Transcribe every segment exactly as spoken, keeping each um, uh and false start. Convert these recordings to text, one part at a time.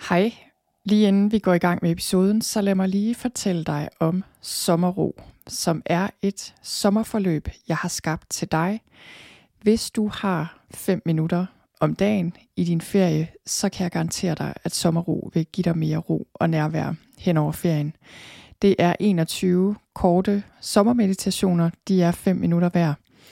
Hej. Lige inden vi går i gang med episoden, så lad mig lige fortælle dig om Sommerro, som er et sommerforløb, jeg har skabt til dig. Hvis du har fem minutter om dagen i din ferie, så kan jeg garantere dig, at Sommerro vil give dig mere ro og nærvær hen over ferien. Det er enogtyve korte sommermeditationer, de er fem minutter hver.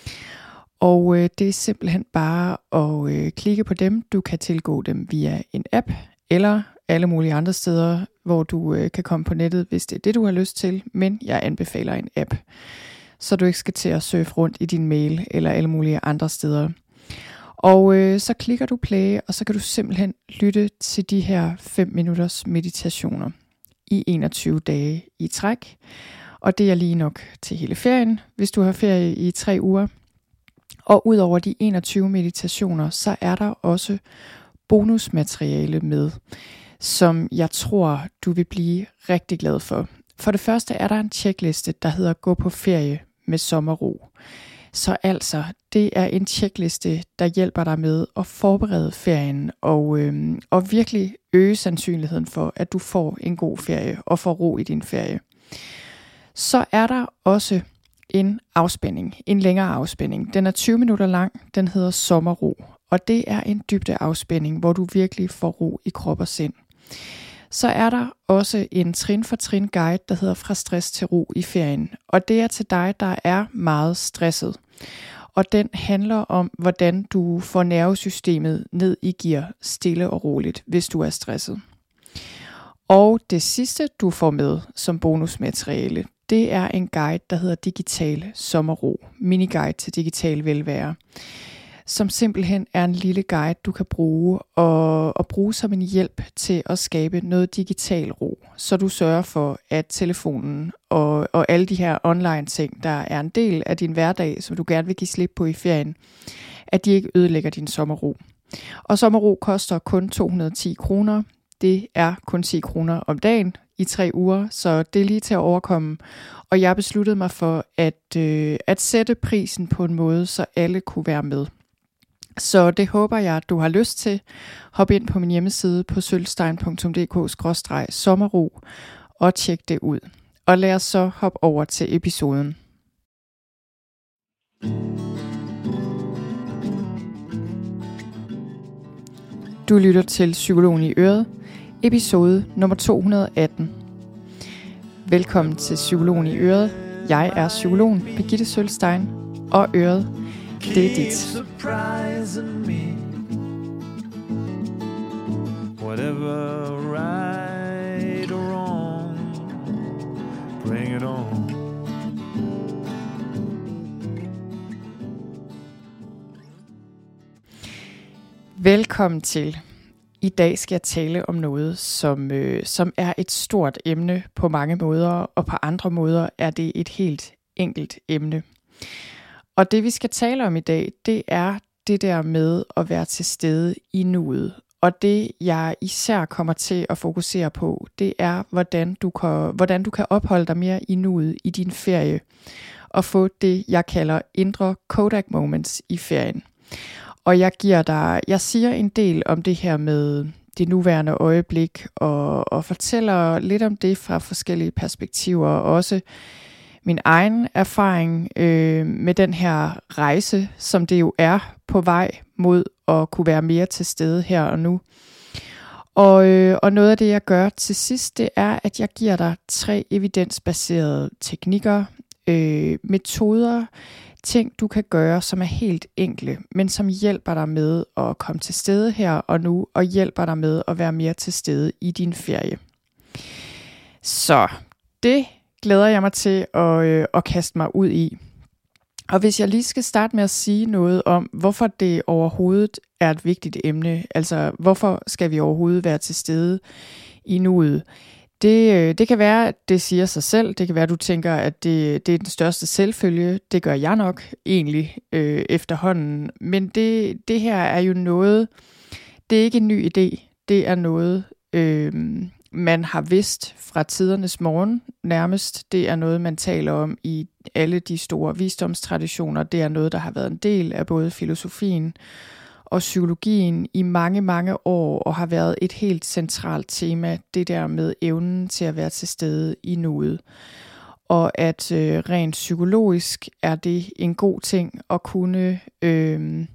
Og øh, det er simpelthen bare at øh, klikke på dem. Du kan tilgå dem via en app, eller alle mulige andre steder, hvor du øh, kan komme på nettet, hvis det er det, du har lyst til. Men jeg anbefaler en app, så du ikke skal til at surfe rundt i din mail eller alle mulige andre steder. Og øh, så klikker du play, og så kan du simpelthen lytte til de her fem minutters meditationer i enogtyve dage i træk. Og det er lige nok til hele ferien, hvis du har ferie i tre uger. Og ud over de enogtyve meditationer, så er der også bonusmateriale med, som jeg tror, du vil blive rigtig glad for. For det første er der en checkliste, der hedder Gå på ferie med Sommerro. Så altså, det er en checkliste, der hjælper dig med at forberede ferien og, øhm, og virkelig øge sandsynligheden for, at du får en god ferie og får ro i din ferie. Så er der også en afspænding, en længere afspænding. Den er tyve minutter lang, den hedder Sommerro, og det er en dybde afspænding, hvor du virkelig får ro i krop og sind. Så er der også en trin for trin guide, der hedder Fra stress til ro i ferien, og det er til dig, der er meget stresset. Og den handler om, hvordan du får nervesystemet ned i gear stille og roligt, hvis du er stresset. Og det sidste, du får med som bonusmateriale, det er en guide, der hedder Digital Sommerro, miniguide til digital velvære, som simpelthen er en lille guide, du kan bruge og, og bruge som en hjælp til at skabe noget digital ro, så du sørger for, at telefonen og, og alle de her online ting, der er en del af din hverdag, som du gerne vil give slip på i ferien, at de ikke ødelægger din sommerro. Og Sommerro koster kun to hundrede og ti kroner. Det er kun ti kroner om dagen i tre uger, så det er lige til at overkomme. Og jeg besluttede mig for at, øh, at sætte prisen på en måde, så alle kunne være med. Så det håber jeg, at du har lyst til. Hop ind på min hjemmeside på sølvstein punktum d k skråstreg sommerro og tjek det ud. Og lad os så hoppe over til episoden. Du lytter til Psykologen i Øret, episode nummer to hundrede og atten. Velkommen til Psykologen i Øret. Jeg er psykologen Birgitte Sølvstein, og Øret, det er dit. Whatever right or wrong, bring it on. Velkommen til. I dag skal jeg tale om noget, som, øh, som er et stort emne på mange måder, og på andre måder er det et helt enkelt emne. Og det vi skal tale om i dag, det er det der med at være til stede i nuet. Og det jeg især kommer til at fokusere på, det er hvordan du kan, hvordan du kan opholde dig mere i nuet i din ferie. Og få det jeg kalder indre Kodak moments i ferien. Og jeg giver dig, jeg siger en del om det her med det nuværende øjeblik, og, og fortæller lidt om det fra forskellige perspektiver, og også min egen erfaring øh, med den her rejse, som det jo er på vej mod at kunne være mere til stede her og nu. Og, øh, og noget af det, jeg gør til sidst, det er, at jeg giver dig tre evidensbaserede teknikker, øh, metoder, ting du kan gøre, som er helt enkle, men som hjælper dig med at komme til stede her og nu, og hjælper dig med at være mere til stede i din ferie. Så det glæder jeg mig til at, øh, at kaste mig ud i. Og hvis jeg lige skal starte med at sige noget om, hvorfor det overhovedet er et vigtigt emne, altså hvorfor skal vi overhovedet være til stede i nuet, Det, det kan være, at det siger sig selv. Det kan være, at du tænker, at det, det er den største selvfølge. Det gør jeg nok egentlig øh, efterhånden. Men det, det her er jo noget, det er ikke en ny idé. Det er noget, øh, man har vidst fra tidernes morgen nærmest. Det er noget, man taler om i alle de store visdomstraditioner. Det er noget, der har været en del af både filosofien og psykologien i mange, mange år, og har været et helt centralt tema, det der med evnen til at være til stede i nuet. Og at øh, rent psykologisk er det en god ting at kunne. Øh,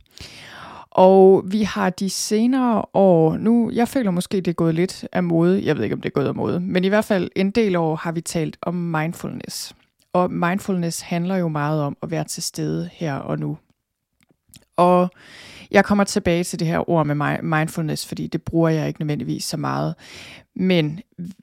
og vi har de senere år, nu, jeg føler måske, det er gået lidt af mode, jeg ved ikke, om det er gået af mode, men i hvert fald en del år har vi talt om mindfulness. Og mindfulness handler jo meget om at være til stede her og nu. Og jeg kommer tilbage til det her ord med mindfulness, fordi det bruger jeg ikke nødvendigvis så meget. Men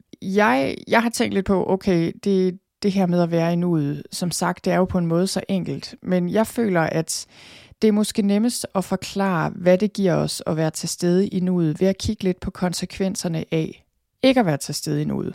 jeg, jeg har tænkt lidt på, okay, det, det her med at være i nuet, som sagt, det er jo på en måde så enkelt. Men jeg føler, at det er måske nemmest at forklare, hvad det giver os at være til stede i nuet, ved at kigge lidt på konsekvenserne af ikke at være til stede i nuet.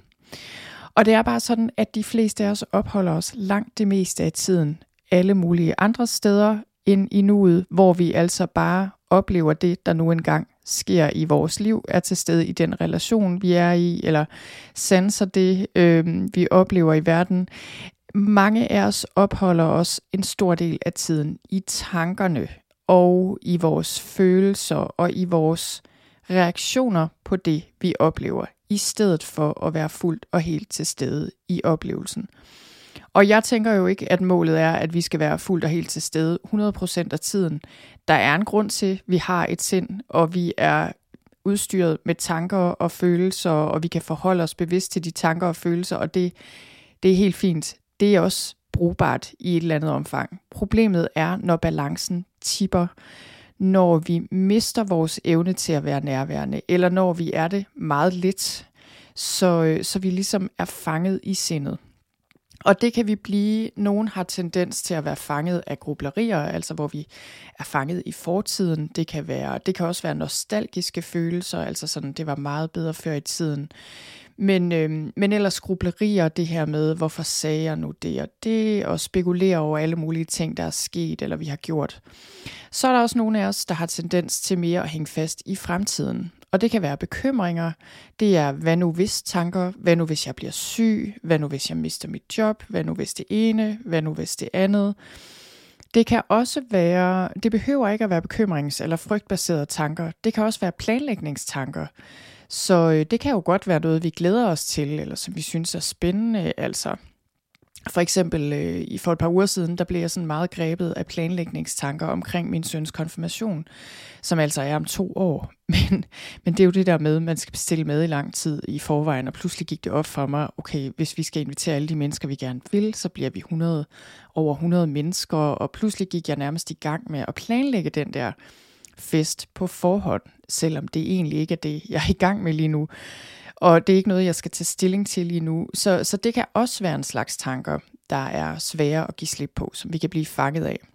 Og det er bare sådan, at de fleste af os opholder os langt det meste af tiden alle mulige andre steder end i nuet, hvor vi altså bare oplever det, der nu engang sker i vores liv, er til stede i den relation, vi er i, eller sanser det, øh, vi oplever i verden. Mange af os opholder os en stor del af tiden i tankerne og i vores følelser og i vores reaktioner på det, vi oplever, i stedet for at være fuldt og helt til stede i oplevelsen. Og jeg tænker jo ikke, at målet er, at vi skal være fuldt og helt til stede hundrede procent af tiden. Der er en grund til, at vi har et sind, og vi er udstyret med tanker og følelser, og vi kan forholde os bevidst til de tanker og følelser, og det, det er helt fint. Det er også brugbart i et eller andet omfang. Problemet er, når balancen tipper, når vi mister vores evne til at være nærværende, eller når vi er det meget lidt, så, så vi ligesom er fanget i sindet. Og det kan vi blive, nogen har tendens til at være fanget af grublerier, altså hvor vi er fanget i fortiden. Det kan være, det kan også være nostalgiske følelser, altså sådan, det var meget bedre før i tiden. Men, øhm, men ellers grublerier, det her med, hvorfor sagde jeg nu det og det, og spekulere over alle mulige ting, der er sket, eller vi har gjort. Så er der også nogle af os, der har tendens til mere at hænge fast i fremtiden. Og det kan være bekymringer, det er hvad nu hvis tanker, hvad nu hvis jeg bliver syg, hvad nu hvis jeg mister mit job, hvad nu hvis det ene, hvad nu hvis det andet. Det kan også være, det behøver ikke at være bekymrings- eller frygtbaserede tanker, det kan også være planlægningstanker. Så det kan jo godt være noget, vi glæder os til, eller som vi synes er spændende. Altså, for eksempel øh, for et par uger siden, der blev jeg sådan meget grebet af planlægningstanker omkring min søns konfirmation, som altså er om to år. Men, men det er jo det der med, at man skal bestille mad i lang tid i forvejen, og pludselig gik det op for mig, okay, hvis vi skal invitere alle de mennesker, vi gerne vil, så bliver vi hundrede, over hundrede mennesker, og pludselig gik jeg nærmest i gang med at planlægge den der fest på forhånd, selvom det egentlig ikke er det, jeg er i gang med lige nu. Og det er ikke noget, jeg skal tage stilling til lige nu. Så, så det kan også være en slags tanker, der er svære at give slip på, som vi kan blive fanget af.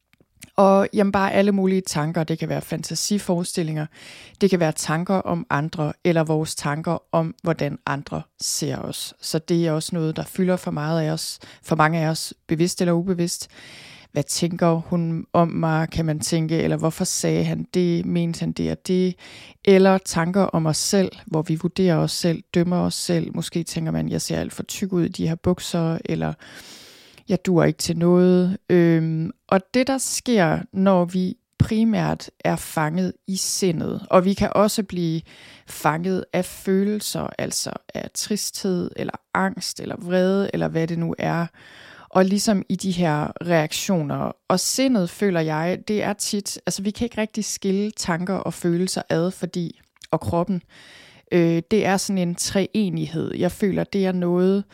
Og jamen bare alle mulige tanker, det kan være fantasiforestillinger, det kan være tanker om andre, eller vores tanker om, hvordan andre ser os. Så det er også noget, der fylder for meget af os, for mange af os, bevidst eller ubevidst. Hvad tænker hun om mig, kan man tænke, eller hvorfor sagde han det, mente han det og det, eller tanker om os selv, hvor vi vurderer os selv, dømmer os selv, måske tænker man, jeg ser alt for tyk ud i de her bukser, eller jeg duer ikke til noget. Øhm, og det der sker, når vi primært er fanget i sindet, og vi kan også blive fanget af følelser, altså af tristhed, eller angst, eller vrede, eller hvad det nu er, og ligesom i de her reaktioner. Og sindet, føler jeg, det er tit, altså vi kan ikke rigtig skille tanker og følelser ad, fordi, og kroppen, øh, det er sådan en treenighed. Jeg føler, det er noget,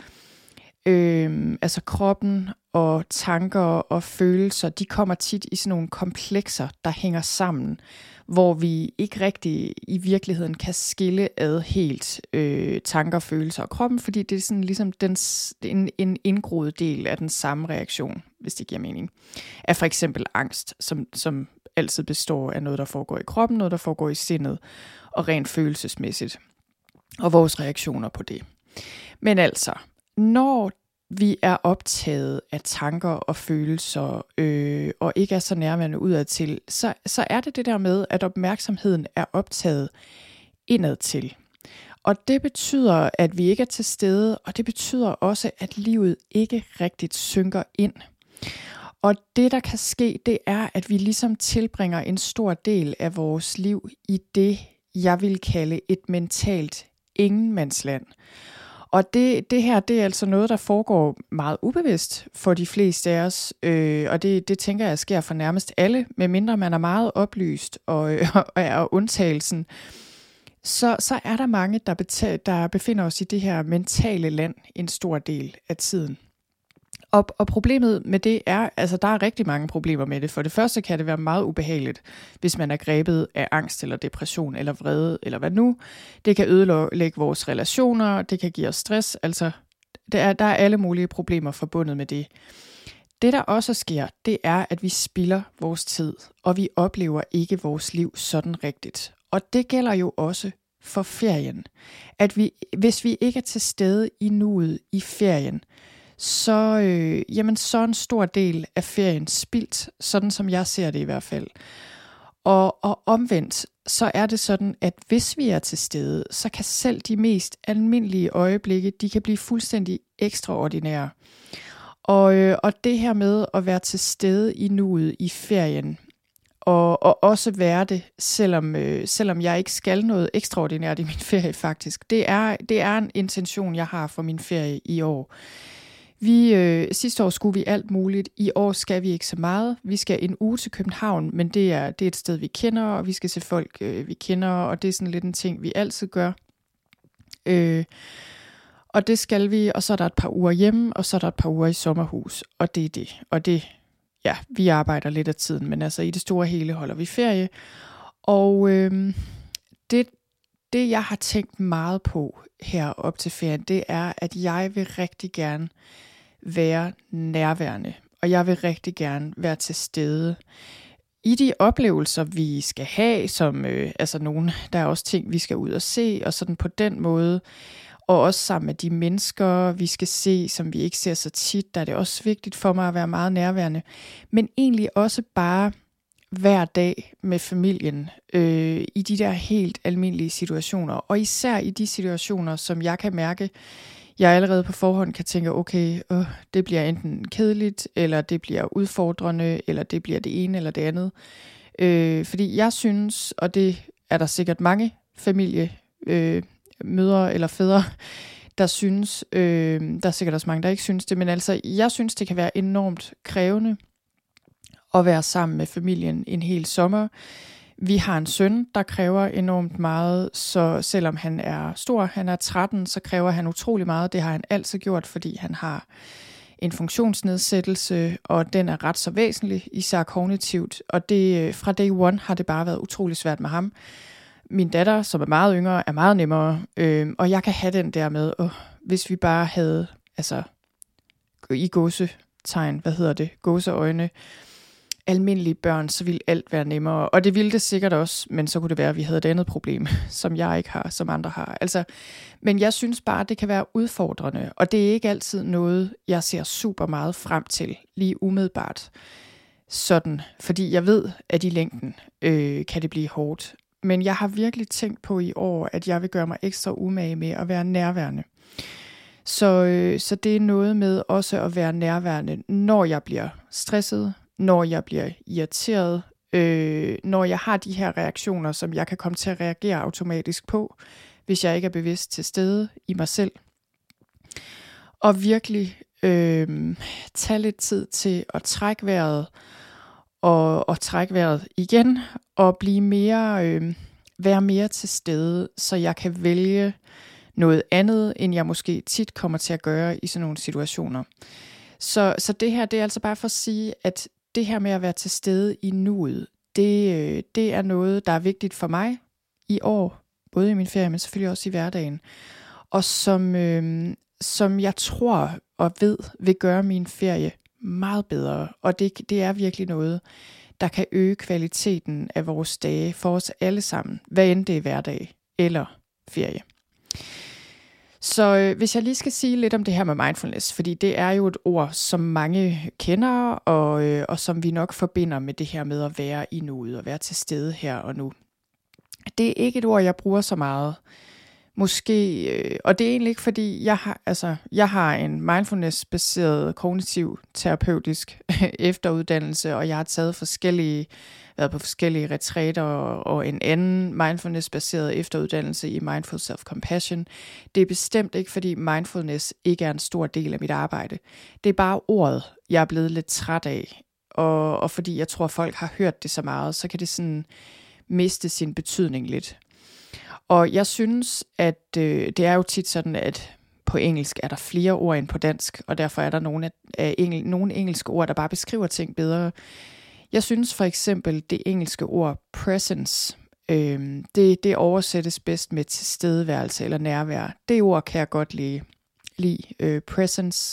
øh, altså kroppen og tanker og følelser, de kommer tit i sådan nogle komplekser, der hænger sammen, hvor vi ikke rigtig i virkeligheden kan skille ad helt øh, tanker, følelser og kroppen, fordi det er sådan ligesom den, en, en indgroet del af den samme reaktion, hvis det giver mening. Af for eksempel angst, som, som altid består af noget, der foregår i kroppen, noget, der foregår i sindet, og rent følelsesmæssigt, og vores reaktioner på det. Men altså, når vi er optaget af tanker og følelser, øh, og ikke er så nærværende udadtil, så, så er det det der med, at opmærksomheden er optaget indadtil. Og det betyder, at vi ikke er til stede, og det betyder også, at livet ikke rigtigt synker ind. Og det, der kan ske, det er, at vi ligesom tilbringer en stor del af vores liv i det, jeg vil kalde et mentalt ingenmandsland. Og det, det her, det er altså noget, der foregår meget ubevidst for de fleste af os, øh, og det, det tænker jeg sker for nærmest alle, medmindre man er meget oplyst og, og er undtagelsen. Så, så er der mange, der, beta- der befinder os i det her mentale land en stor del af tiden. Og, og problemet med det er, altså der er rigtig mange problemer med det. For det første kan det være meget ubehageligt, hvis man er grebet af angst eller depression eller vrede eller hvad nu. Det kan ødelægge vores relationer, det kan give os stress. Altså der er, der er alle mulige problemer forbundet med det. Det der også sker, det er, at vi spilder vores tid, og vi oplever ikke vores liv sådan rigtigt. Og det gælder jo også for ferien. At vi, hvis vi ikke er til stede i nuet i ferien, så, øh, jamen, så er en stor del af ferien spildt, sådan som jeg ser det i hvert fald. Og, og omvendt, så er det sådan, at hvis vi er til stede, så kan selv de mest almindelige øjeblikke, de kan blive fuldstændig ekstraordinære. Og, øh, og det her med at være til stede i nuet i ferien, og, og også være det, selvom, øh, selvom jeg ikke skal noget ekstraordinært i min ferie faktisk, det er, det er en intention, jeg har for min ferie i år. Vi, øh, sidste år skulle vi alt muligt. I år skal vi ikke så meget. Vi skal en uge til København, men det er, det er et sted, vi kender, og vi skal se folk, øh, vi kender, og det er sådan lidt en ting, vi altid gør. Øh, og det skal vi, og så er der et par uger hjemme, og så er der et par uger i sommerhus, og det er det. Og det, ja, vi arbejder lidt af tiden, men altså i det store hele holder vi ferie. Og øh, det, det, jeg har tænkt meget på her op til ferien, det er, at jeg vil rigtig gerne være nærværende, og jeg vil rigtig gerne være til stede i de oplevelser, vi skal have, som øh, altså nogle, der er også ting, vi skal ud og se, og sådan på den måde, og også sammen med de mennesker, vi skal se, som vi ikke ser så tit, der er det også vigtigt for mig at være meget nærværende, men egentlig også bare hver dag med familien øh, i de der helt almindelige situationer, og især i de situationer, som jeg kan mærke, jeg allerede på forhånd kan tænke, okay, øh, det bliver enten kedeligt, eller det bliver udfordrende, eller det bliver det ene eller det andet. Øh, fordi jeg synes, og det er der sikkert mange familie, øh, mødre eller fædre, der synes, øh, der er sikkert også mange, der ikke synes det, men altså, jeg synes, det kan være enormt krævende at være sammen med familien en hel sommer. Vi har en søn, der kræver enormt meget, så selvom han er stor, han er tretten, så kræver han utrolig meget. Det har han altid gjort, fordi han har en funktionsnedsættelse, og den er ret så væsentlig, især kognitivt. Og det, fra day one har det bare været utrolig svært med ham. Min datter, som er meget yngre, er meget nemmere, øh, og jeg kan have den der med, åh, hvis vi bare havde, altså i gåsetegn, hvad hedder det, gåseøjne, almindelige børn, så ville alt være nemmere. Og det ville det sikkert også, men så kunne det være, at vi havde et andet problem, som jeg ikke har, som andre har. Altså, men jeg synes bare, at det kan være udfordrende, og det er ikke altid noget, jeg ser super meget frem til, lige umiddelbart. Sådan, fordi jeg ved, at i længden øh, kan det blive hårdt. Men jeg har virkelig tænkt på i år, at jeg vil gøre mig ekstra umage med at være nærværende. Så, øh, så det er noget med også at være nærværende, når jeg bliver stresset, når jeg bliver irriteret, øh, når jeg har de her reaktioner, som jeg kan komme til at reagere automatisk på, hvis jeg ikke er bevidst til stede i mig selv. Og virkelig øh, tage lidt tid til at trække vejret, og, og trække vejret igen, og blive mere, øh, være mere til stede, så jeg kan vælge noget andet, end jeg måske tit kommer til at gøre i sådan nogle situationer. Så, så det her, det er altså bare for at sige, at det her med at være til stede i nuet, det, det er noget, der er vigtigt for mig i år, både i min ferie, men selvfølgelig også i hverdagen, og som, øh, som jeg tror og ved vil gøre min ferie meget bedre, og det, det er virkelig noget, der kan øge kvaliteten af vores dage for os alle sammen, hvad end det er hverdag eller ferie. Så øh, hvis jeg lige skal sige lidt om det her med mindfulness, fordi det er jo et ord, som mange kender, og, øh, og som vi nok forbinder med det her med at være i nuet og være til stede her og nu. Det er ikke et ord, jeg bruger så meget. Måske, øh, og det er egentlig ikke fordi, jeg har, altså, jeg har en mindfulness-baseret kognitiv terapeutisk efteruddannelse, og jeg har taget forskellige, været på forskellige retræter og, og en anden mindfulness-baseret efteruddannelse i Mindful Self-Compassion. Det er bestemt ikke, fordi mindfulness ikke er en stor del af mit arbejde. Det er bare ordet, jeg er blevet lidt træt af, og, og fordi jeg tror, folk har hørt det så meget, så kan det sådan miste sin betydning lidt. Og jeg synes, at øh, det er jo tit sådan, at på engelsk er der flere ord end på dansk, og derfor er der nogle, af, af engel, nogle engelske ord, der bare beskriver ting bedre. Jeg synes for eksempel, det engelske ord presence, øh, det, det oversættes bedst med tilstedeværelse eller nærvær. Det ord kan jeg godt lide. lide. Øh, presence,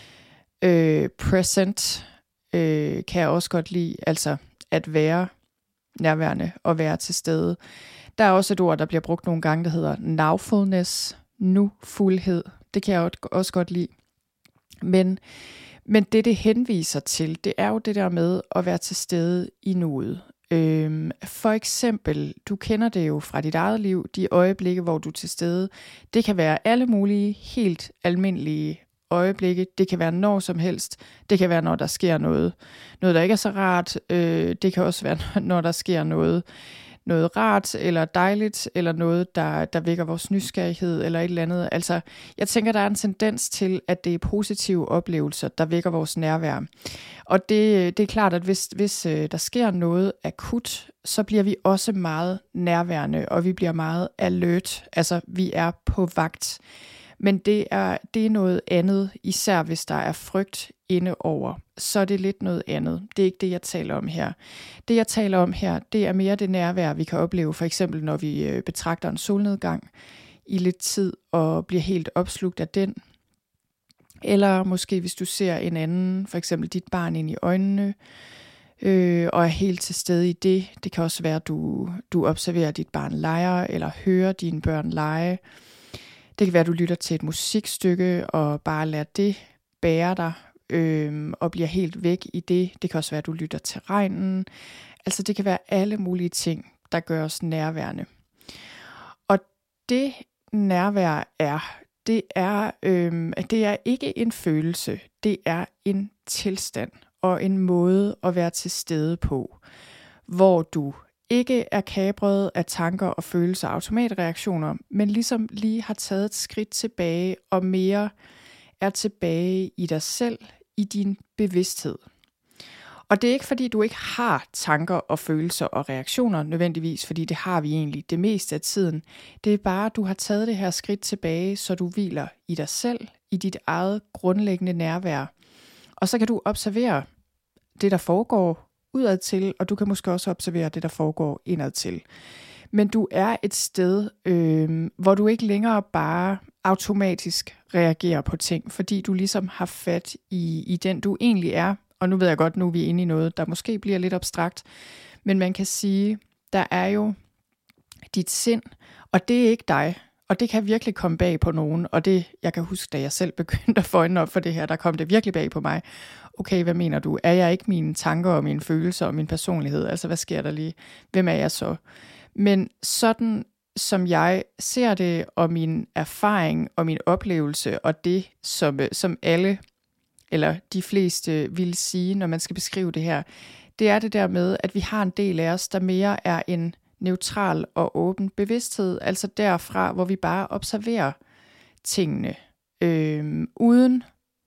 øh, present øh, kan jeg også godt lide, altså at være nærværende og være til stede. Der er også et ord, der bliver brugt nogle gange, der hedder nowfulness, nu-fuldhed. Det kan jeg også godt lide. Men, men det, det henviser til, det er jo det der med at være til stede i nuet. Øhm, for eksempel, du kender det jo fra dit eget liv, de øjeblikke, hvor du er til stede. Det kan være alle mulige helt almindelige øjeblikke. Det kan være når som helst. Det kan være, når der sker noget. Noget, der ikke er så rart. Øh, det kan også være, når der sker noget. Noget rart eller dejligt, eller noget, der, der vækker vores nysgerrighed, eller et eller andet. Altså, jeg tænker, der er en tendens til, at det er positive oplevelser, der vækker vores nærvær. Og det, det er klart, at hvis, hvis øh, der sker noget akut, så bliver vi også meget nærværende, og vi bliver meget alert. Altså, vi er på vagt. Men det er, det er noget andet, især hvis der er frygt inde over. Så er det lidt noget andet. Det er ikke det, jeg taler om her. Det, jeg taler om her, det er mere det nærvær, vi kan opleve, for eksempel når vi betragter en solnedgang i lidt tid og bliver helt opslugt af den. Eller måske hvis du ser en anden, for eksempel dit barn ind i øjnene, øh, og er helt til stede i det. Det kan også være, at du, du observerer dit barn lege, eller hører dine børn lege. Det kan være, at du lytter til et musikstykke og bare lader det bære dig øh, og bliver helt væk i det. Det kan også være, at du lytter til regnen. Altså det kan være alle mulige ting, der gør os nærværende. Og det nærvær er, det er, øh, det er ikke en følelse. Det er en tilstand og en måde at være til stede på, hvor du ikke er kapret af tanker og følelser og automatreaktioner, men ligesom lige har taget et skridt tilbage og mere er tilbage i dig selv, i din bevidsthed. Og det er ikke fordi, du ikke har tanker og følelser og reaktioner nødvendigvis, fordi det har vi egentlig det meste af tiden. Det er bare, at du har taget det her skridt tilbage, så du hviler i dig selv, i dit eget grundlæggende nærvær. Og så kan du observere det, der foregår udad til, og du kan måske også observere det, der foregår indad til. Men du er et sted, øh, hvor du ikke længere bare automatisk reagerer på ting, fordi du ligesom har fat i, i den, du egentlig er. Og nu ved jeg godt, nu er vi inde i noget, der måske bliver lidt abstrakt, men man kan sige, der er jo dit sind, og det er ikke dig. Og det kan virkelig komme bag på nogen, og det, jeg kan huske, da jeg selv begyndte at få øjnene op for det her, der kom det virkelig bag på mig. Okay, hvad mener du? Er jeg ikke mine tanker og mine følelser og min personlighed? Altså, hvad sker der lige? Hvem er jeg så? Men sådan som jeg ser det, og min erfaring og min oplevelse, og det, som, som alle, eller de fleste vil sige, når man skal beskrive det her, det er det der med, at vi har en del af os, der mere er en neutral og åben bevidsthed, altså derfra, hvor vi bare observerer tingene, øh, uden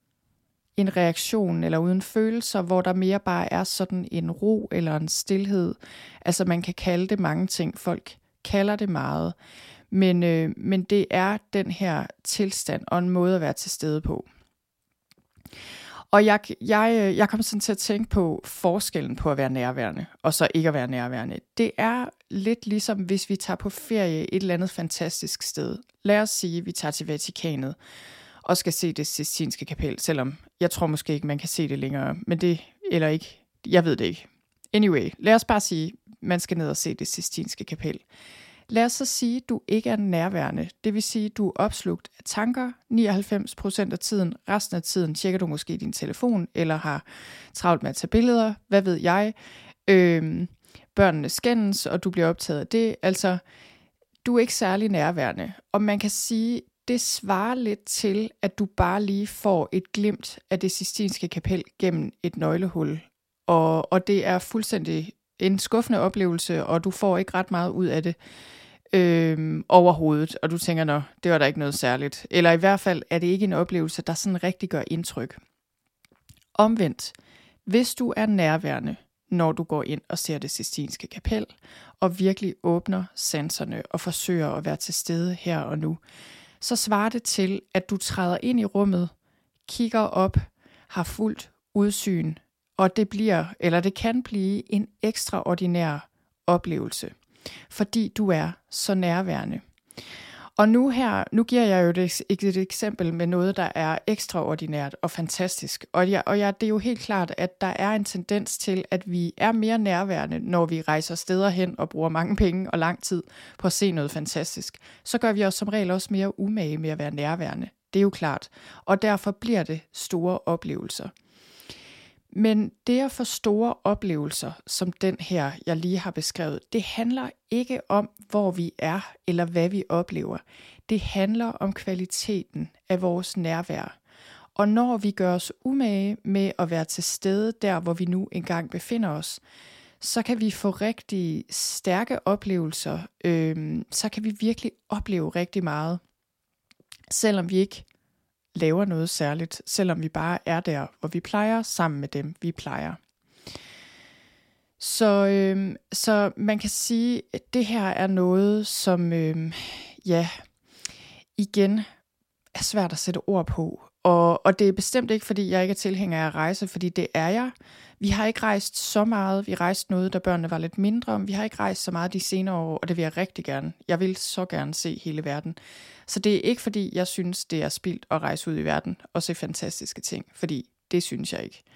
en reaktion eller uden følelser, hvor der mere bare er sådan en ro eller en stilhed. Altså man kan kalde det mange ting, folk kalder det meget, men, øh, men det er den her tilstand og en måde at være til stede på. Og jeg, jeg, jeg kom sådan til at tænke på forskellen på at være nærværende, og så ikke at være nærværende. Det er lidt ligesom, hvis vi tager på ferie et eller andet fantastisk sted. Lad os sige, at vi tager til Vatikanet og skal se det Sistinske kapel, selvom jeg tror måske ikke, man kan se det længere, men det, eller ikke, jeg ved det ikke. Anyway, lad os bare sige, at man skal ned og se det Sistinske kapel. Lad os så sige, at du ikke er nærværende. Det vil sige, at du er opslugt af tanker nioghalvfems procent af tiden. Resten af tiden tjekker du måske din telefon, eller har travlt med at tage billeder. Hvad ved jeg? Øhm, børnene skændes, og du bliver optaget af det. Altså, du er ikke særlig nærværende. Og man kan sige, det svarer lidt til, at du bare lige får et glimt af det Sistinske Kapel gennem et nøglehul. Og, og det er fuldstændig en skuffende oplevelse, og du får ikke ret meget ud af det øh, overhovedet. Og du tænker, nå, det var da ikke noget særligt. Eller i hvert fald er det ikke en oplevelse, der sådan rigtig gør indtryk. Omvendt, hvis du er nærværende, når du går ind og ser det Sistinske Kapel, og virkelig åbner sanserne og forsøger at være til stede her og nu, så svarer det til, at du træder ind i rummet, kigger op, har fuldt udsyn, og det bliver, eller det kan blive en ekstraordinær oplevelse, fordi du er så nærværende. Og nu her, nu giver jeg jo et, et eksempel med noget, der er ekstraordinært og fantastisk. Og, jeg, og jeg, det er jo helt klart, at der er en tendens til, at vi er mere nærværende, når vi rejser steder hen og bruger mange penge og lang tid på at se noget fantastisk. Så gør vi os som regel også mere umage med at være nærværende. Det er jo klart. Og derfor bliver det store oplevelser. Men det at få store oplevelser, som den her, jeg lige har beskrevet, det handler ikke om, hvor vi er eller hvad vi oplever. Det handler om kvaliteten af vores nærvær. Og når vi gør os umage med at være til stede der, hvor vi nu engang befinder os, så kan vi få rigtig stærke oplevelser. Øhm, så kan vi virkelig opleve rigtig meget, selvom vi ikke laver noget særligt, selvom vi bare er der, hvor vi plejer, sammen med dem, vi plejer. Så, øhm, så man kan sige, at det her er noget, som øhm, ja, igen er svært at sætte ord på. Og, og det er bestemt ikke, fordi jeg ikke er tilhænger af at rejse, fordi det er jeg. Vi har ikke rejst så meget. Vi rejste noget, da børnene var lidt mindre. Vi har ikke rejst så meget de senere år, og det vil jeg rigtig gerne. Jeg vil så gerne se hele verden. Så det er ikke, fordi jeg synes, det er spildt at rejse ud i verden og se fantastiske ting, fordi det synes jeg ikke.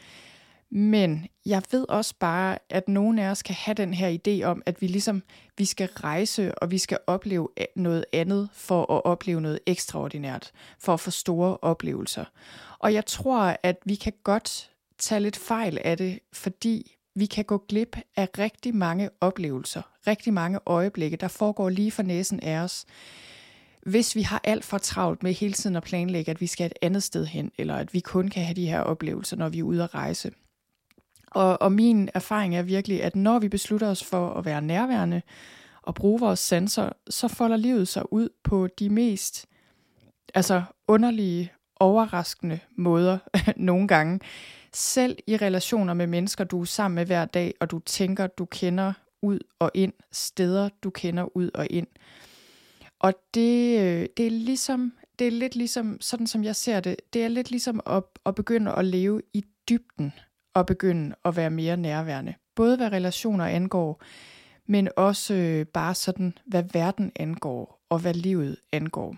Men jeg ved også bare, at nogen af os kan have den her idé om, at vi ligesom vi skal rejse, og vi skal opleve noget andet for at opleve noget ekstraordinært, for at få store oplevelser. Og jeg tror, at vi kan godt tage lidt fejl af det, fordi vi kan gå glip af rigtig mange oplevelser, rigtig mange øjeblikke, der foregår lige for næsen af os, hvis vi har alt for travlt med hele tiden at planlægge, at vi skal et andet sted hen, eller at vi kun kan have de her oplevelser, når vi er ude at rejse. Og, og min erfaring er virkelig, at når vi beslutter os for at være nærværende og bruge vores sanser, så folder livet sig ud på de mest altså underlige, overraskende måder nogle gange. Selv i relationer med mennesker, du er sammen med hver dag, og du tænker, du kender ud og ind, steder du kender ud og ind. Og det, det er ligesom, det er lidt ligesom, sådan som jeg ser det, det er lidt ligesom at, at begynde at leve i dybden, og begynde at være mere nærværende. Både hvad relationer angår, men også øh, bare sådan, hvad verden angår, og hvad livet angår.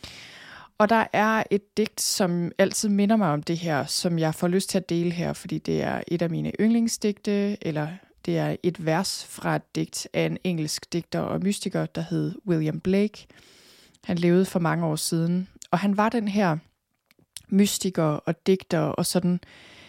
Og der er et digt, som altid minder mig om det her, som jeg får lyst til at dele her, fordi det er et af mine yndlingsdigte, eller det er et vers fra et digt af en engelsk digter og mystiker, der hed William Blake. Han levede for mange år siden, og han var den her mystiker og digter og sådan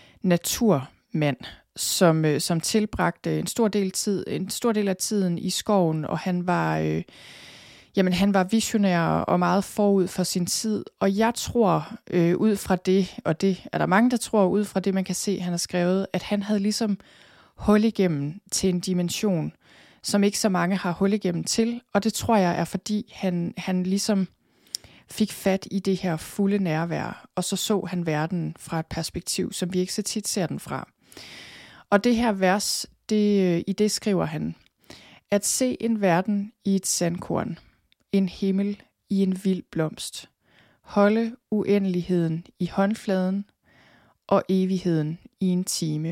naturmand, som, som tilbragte en stor del tid, en stor del af tiden i skoven, og han var, øh, jamen han var visionær og meget forud for sin tid. Og jeg tror øh, ud fra det, og det er der mange, der tror ud fra det, man kan se, han har skrevet, at han havde ligesom hul igennem til en dimension, som ikke så mange har hul igennem til. Og det tror jeg er, fordi han, han ligesom fik fat i det her fulde nærvær, og så så han verden fra et perspektiv, som vi ikke så tit ser den fra. Og det her vers, det, i det skriver han, at se en verden i et sandkorn, en himmel i en vild blomst, holde uendeligheden i håndfladen og evigheden i en time.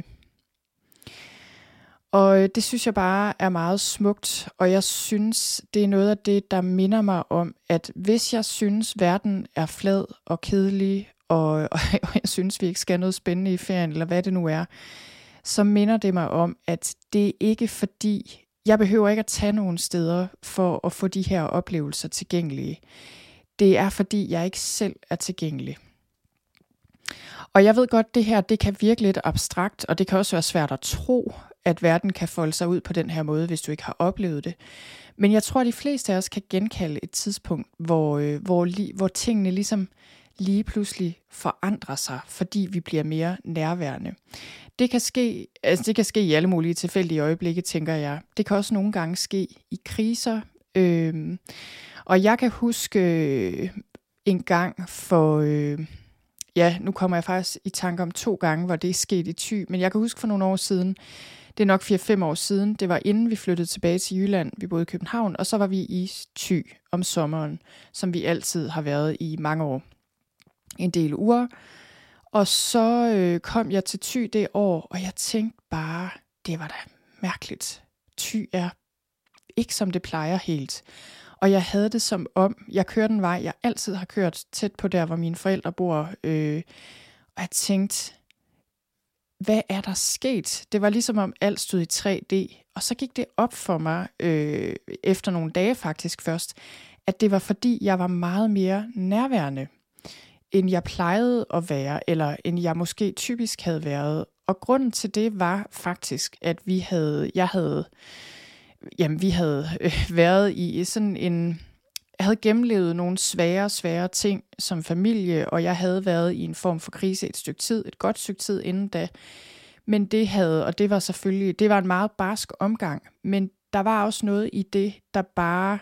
Og det synes jeg bare er meget smukt, og jeg synes, det er noget af det, der minder mig om, at hvis jeg synes, verden er flad og kedelig, og, og jeg synes, vi ikke skal noget spændende i ferien, eller hvad det nu er, så minder det mig om, at det ikke er fordi, jeg behøver ikke at tage nogen steder for at få de her oplevelser tilgængelige. Det er fordi, jeg ikke selv er tilgængelig. Og jeg ved godt, det her det kan virke lidt abstrakt, og det kan også være svært at tro, at verden kan folde sig ud på den her måde, hvis du ikke har oplevet det. Men jeg tror, at de fleste af os kan genkalde et tidspunkt, hvor, øh, hvor, li, hvor tingene ligesom lige pludselig forandrer sig, fordi vi bliver mere nærværende. Det kan ske, altså det kan ske i alle mulige tilfældige øjeblikke, tænker jeg. Det kan også nogle gange ske i kriser. Øh, og jeg kan huske øh, en gang for... Øh, Ja, nu kommer jeg faktisk i tanke om to gange, hvor det er sket i Thy. Men jeg kan huske for nogle år siden, det er nok fire fem år siden, det var inden vi flyttede tilbage til Jylland. Vi boede i København, og så var vi i Thy om sommeren, som vi altid har været i mange år. En del uger. Og så øh, kom jeg til Thy det år, og jeg tænkte bare, det var da mærkeligt. Thy er ikke som det plejer helt. Og jeg havde det som om, jeg kørte en vej, jeg altid har kørt tæt på der, hvor mine forældre bor. Øh, og jeg tænkte, hvad er der sket? Det var ligesom om alt stod i tre D. Og så gik det op for mig, øh, efter nogle dage faktisk først, at det var fordi, jeg var meget mere nærværende, end jeg plejede at være, eller end jeg måske typisk havde været. Og grunden til det var faktisk, at vi havde, jeg havde... Jamen, vi havde øh, været i sådan en... Jeg havde gennemlevet nogle svære, svære ting som familie, og jeg havde været i en form for krise et stykke tid, et godt stykke tid inden da. Men det havde, og det var selvfølgelig, det var en meget barsk omgang, men der var også noget i det, der bare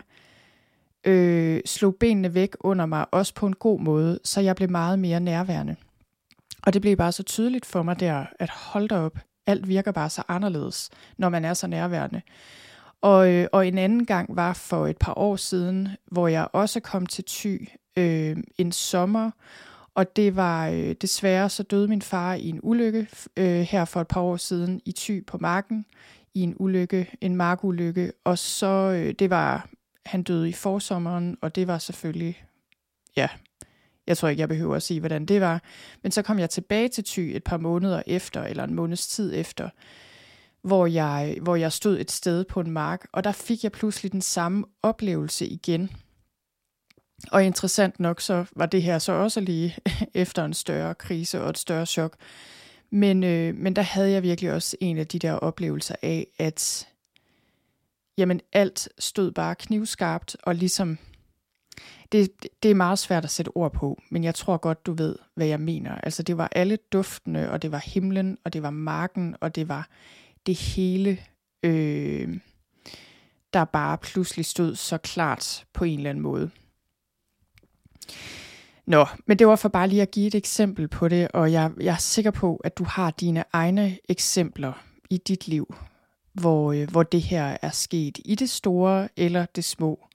øh, slog benene væk under mig, også på en god måde, så jeg blev meget mere nærværende. Og det blev bare så tydeligt for mig der, at hold da op, alt virker bare så anderledes, når man er så nærværende. Og, øh, og en anden gang var for et par år siden, hvor jeg også kom til Thy øh, en sommer, og det var øh, desværre, så døde min far i en ulykke øh, her for et par år siden i Thy på marken, i en ulykke, en markulykke, og så øh, det var, han døde i forsommeren, og det var selvfølgelig, ja, jeg tror ikke, jeg behøver at sige, hvordan det var, men så kom jeg tilbage til Thy et par måneder efter, eller en måneds tid efter, hvor jeg, hvor jeg stod et sted på en mark, og der fik jeg pludselig den samme oplevelse igen. Og interessant nok, så var det her så også lige efter en større krise og et større chok. Men, øh, men der havde jeg virkelig også en af de der oplevelser af, at jamen, alt stod bare knivskarpt, og ligesom, det, det er meget svært at sætte ord på, men jeg tror godt, du ved, hvad jeg mener. Altså det var alle duftene, og det var himlen, og det var marken, og det var det hele, øh, der bare pludselig stod så klart på en eller anden måde. Nå, men det var for bare lige at give et eksempel på det, og jeg, jeg er sikker på, at du har dine egne eksempler i dit liv, hvor, øh, hvor det her er sket i det store eller det små.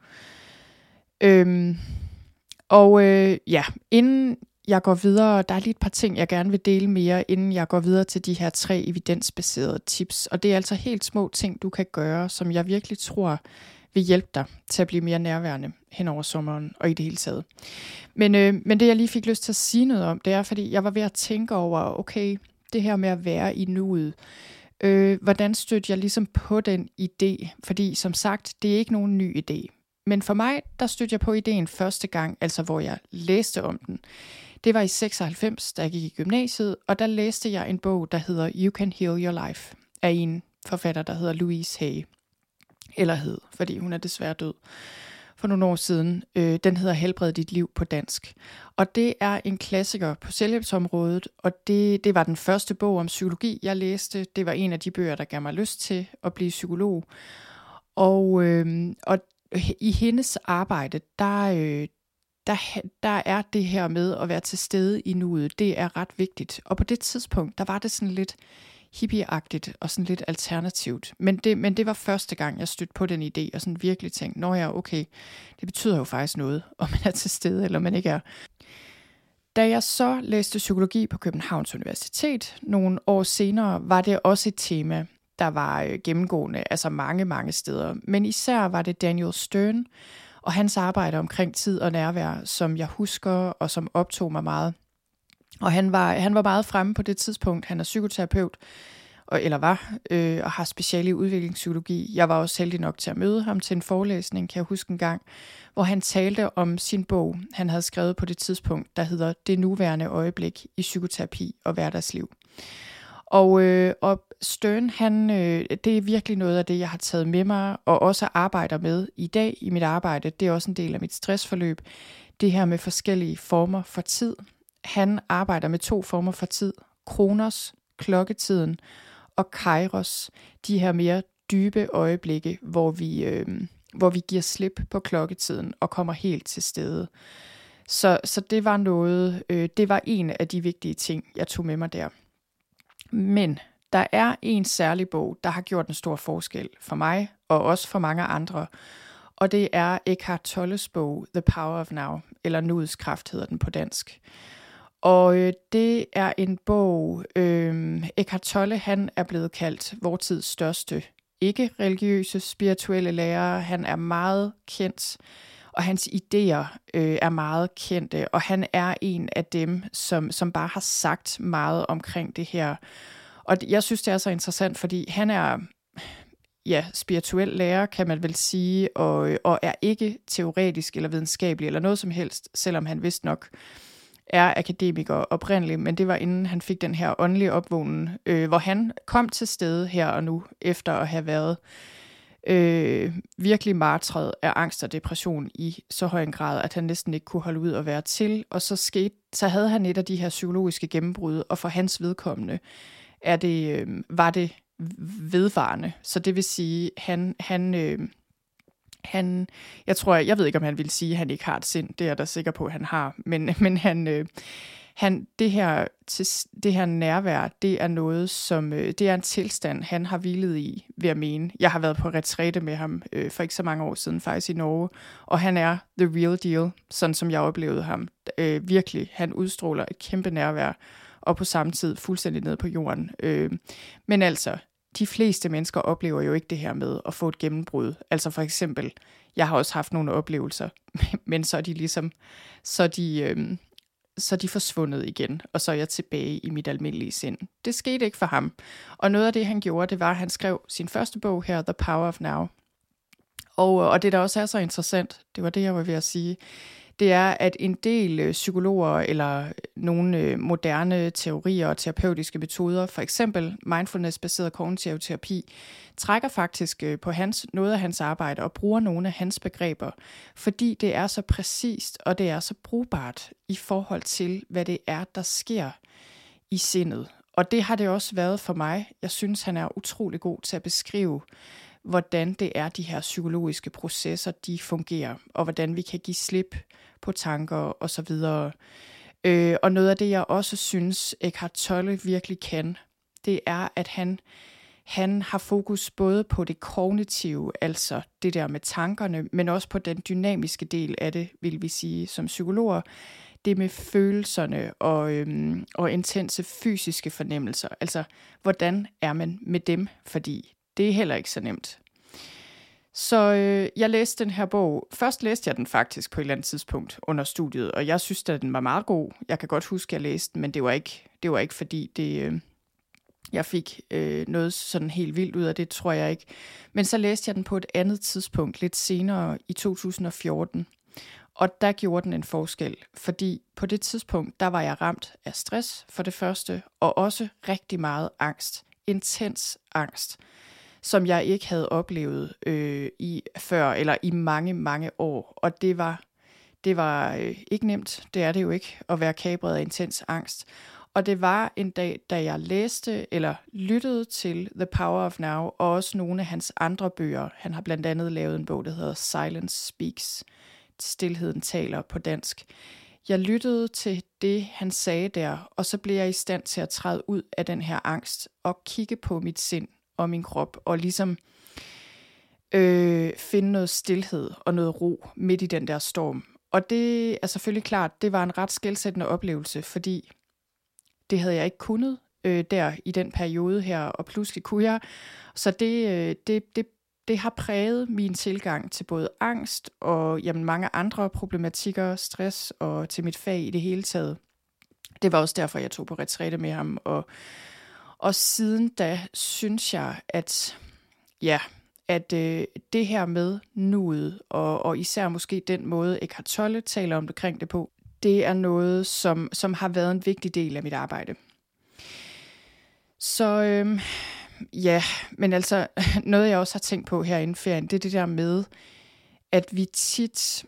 Øhm, og øh, ja, inden jeg går videre, der er lige et par ting, jeg gerne vil dele mere, inden jeg går videre til de her tre evidensbaserede tips. Og det er altså helt små ting, du kan gøre, som jeg virkelig tror vil hjælpe dig til at blive mere nærværende hen over sommeren og i det hele taget. Men, øh, men det, jeg lige fik lyst til at sige noget om, det er, fordi jeg var ved at tænke over, okay, det her med at være i nuet. Øh, hvordan stødte jeg ligesom på den idé? Fordi som sagt, det er ikke nogen ny idé. Men for mig, der stødte jeg på ideen første gang, altså hvor jeg læste om den. Det var i seksoghalvfems, da jeg gik i gymnasiet, og der læste jeg en bog, der hedder You Can Heal Your Life, af en forfatter, der hedder Louise Hay. Eller hed, fordi hun er desværre død for nogle år siden. Øh, den hedder Helbred dit liv på dansk. Og det er en klassiker på selvhjælpsområdet, og det, det var den første bog om psykologi, jeg læste. Det var en af de bøger, der gav mig lyst til at blive psykolog. Og, øh, og i hendes arbejde, der, øh, der, der er det her med at være til stede i nuet, det er ret vigtigt. Og på det tidspunkt, der var det sådan lidt hippieagtigt og sådan lidt alternativt. Men det, men det var første gang, jeg stødte på den idé, og sådan virkelig tænkte, nå ja, okay, det betyder jo faktisk noget, om man er til stede, eller man ikke er. Da jeg så læste psykologi på Københavns Universitet nogle år senere, var det også et tema, der var gennemgående, altså mange, mange steder. Men især var det Daniel Stern og hans arbejde omkring tid og nærvær, som jeg husker, og som optog mig meget. Og han var, han var meget fremme på det tidspunkt. Han er psykoterapeut, og, eller var, øh, og har speciale i udviklingspsykologi. Jeg var også heldig nok til at møde ham til en forelæsning, kan jeg huske en gang, hvor han talte om sin bog, han havde skrevet på det tidspunkt, der hedder Det nuværende øjeblik i psykoterapi og hverdagsliv. Og, øh, og Stern, han, øh, det er virkelig noget af det, jeg har taget med mig, og også arbejder med i dag i mit arbejde. Det er også en del af mit stressforløb. Det her med forskellige former for tid. Han arbejder med to former for tid. Kronos, klokketiden, og Kairos, de her mere dybe øjeblikke, hvor vi, øh, hvor vi giver slip på klokketiden og kommer helt til stede. Så, så det var noget, øh, det var en af de vigtige ting, jeg tog med mig der. Men der er en særlig bog, der har gjort en stor forskel for mig, og også for mange andre, og det er Eckhart Tolles bog, The Power of Now, eller Nuets kraft hedder den på dansk. Og øh, det er en bog, øh, Eckhart Tolle, han er blevet kaldt vor tids største ikke-religiøse spirituelle lærer. Han er meget kendt, og hans idéer øh, er meget kendte, og han er en af dem, som, som bare har sagt meget omkring det her. Og jeg synes, det er så interessant, fordi han er ja, spirituel lærer, kan man vel sige, og, og er ikke teoretisk eller videnskabelig eller noget som helst, selvom han vist nok er akademiker oprindeligt, men det var inden han fik den her åndelige opvågning, øh, hvor han kom til stede her og nu, efter at have været øh, virkelig martret af angst og depression i så høj en grad, at han næsten ikke kunne holde ud at være til. Og så, skete, så havde han et af de her psykologiske gennembrud, og for hans vedkommende er det, øh, var det vedvarende. Så det vil sige, han... han øh, Han, jeg tror, jeg ved ikke, om han vil sige, at han ikke har et sind. Det er jeg da sikker på, at han har. Men, men han, øh, han, det, her, det her nærvær, det er noget, som øh, det er en tilstand, han har hvilet i, vil jeg mene. Jeg har været på retræte med ham øh, for ikke så mange år siden, faktisk i Norge. Og han er the real deal, sådan som jeg oplevede ham. Øh, virkelig, han udstråler et kæmpe nærvær, og på samme tid fuldstændig nede på jorden. Øh, men altså... De fleste mennesker oplever jo ikke det her med at få et gennembrud. Altså for eksempel, jeg har også haft nogle oplevelser, men så er de ligesom, så er de, øhm, så er de forsvundet igen, og så er jeg tilbage i mit almindelige sind. Det skete ikke for ham. Og noget af det, han gjorde, det var, at han skrev sin første bog her, The Power of Now. Og, og det, der også er så interessant, det var det, jeg var ved at sige, det er, at en del psykologer eller nogle moderne teorier og terapeutiske metoder, for eksempel mindfulness-baseret kognitiv terapi, trækker faktisk på hans, noget af hans arbejde og bruger nogle af hans begreber, fordi det er så præcist og det er så brugbart i forhold til, hvad det er, der sker i sindet. Og det har det også været for mig. Jeg synes, han er utrolig god til at beskrive, hvordan det er, de her psykologiske processer, de fungerer, og hvordan vi kan give slip på tanker og så videre. Øh, og noget af det, jeg også synes, Eckhart Tolle virkelig kan, det er, at han, han har fokus både på det kognitive, altså det der med tankerne, men også på den dynamiske del af det, vil vi sige som psykologer, det med følelserne og, øhm, og intense fysiske fornemmelser. Altså, hvordan er man med dem? Fordi det er heller ikke så nemt. Så øh, jeg læste den her bog. Først læste jeg den faktisk på et eller andet tidspunkt under studiet, og jeg synes, at den var meget god. Jeg kan godt huske, at jeg læste den, men det var ikke, det var ikke fordi det, øh, jeg fik øh, noget sådan helt vildt ud af det, tror jeg ikke. Men så læste jeg den på et andet tidspunkt, lidt senere i to tusind og fjorten. Og der gjorde den en forskel, fordi på det tidspunkt, der var jeg ramt af stress for det første, og også rigtig meget angst. Intens angst, som jeg ikke havde oplevet øh, i før, eller i mange, mange år. Og det var, det var øh, ikke nemt, det er det jo ikke, at være kapret af intens angst. Og det var en dag, da jeg læste eller lyttede til The Power of Now, og også nogle af hans andre bøger. Han har blandt andet lavet en bog, der hedder Silence Speaks. Stilheden taler på dansk. Jeg lyttede til det, han sagde der, og så blev jeg i stand til at træde ud af den her angst og kigge på mit sind og min krop, og ligesom øh, finde noget stilhed og noget ro midt i den der storm. Og det er selvfølgelig klart, det var en ret skelsættende oplevelse, fordi det havde jeg ikke kunnet øh, der i den periode her, og pludselig kunne jeg. Så det, øh, det, det Det har præget min tilgang til både angst og jamen, mange andre problematikker, stress og til mit fag i det hele taget. Det var også derfor, jeg tog på retræte med ham. Og, og siden da synes jeg, at, ja, at øh, det her med nuet, og, og især måske den måde, Eckhart Tolle taler om det, omkring det på, det er noget, som, som har været en vigtig del af mit arbejde. Så øhm, ja, men altså noget jeg også har tænkt på her inden ferien, det er det der med, at vi tit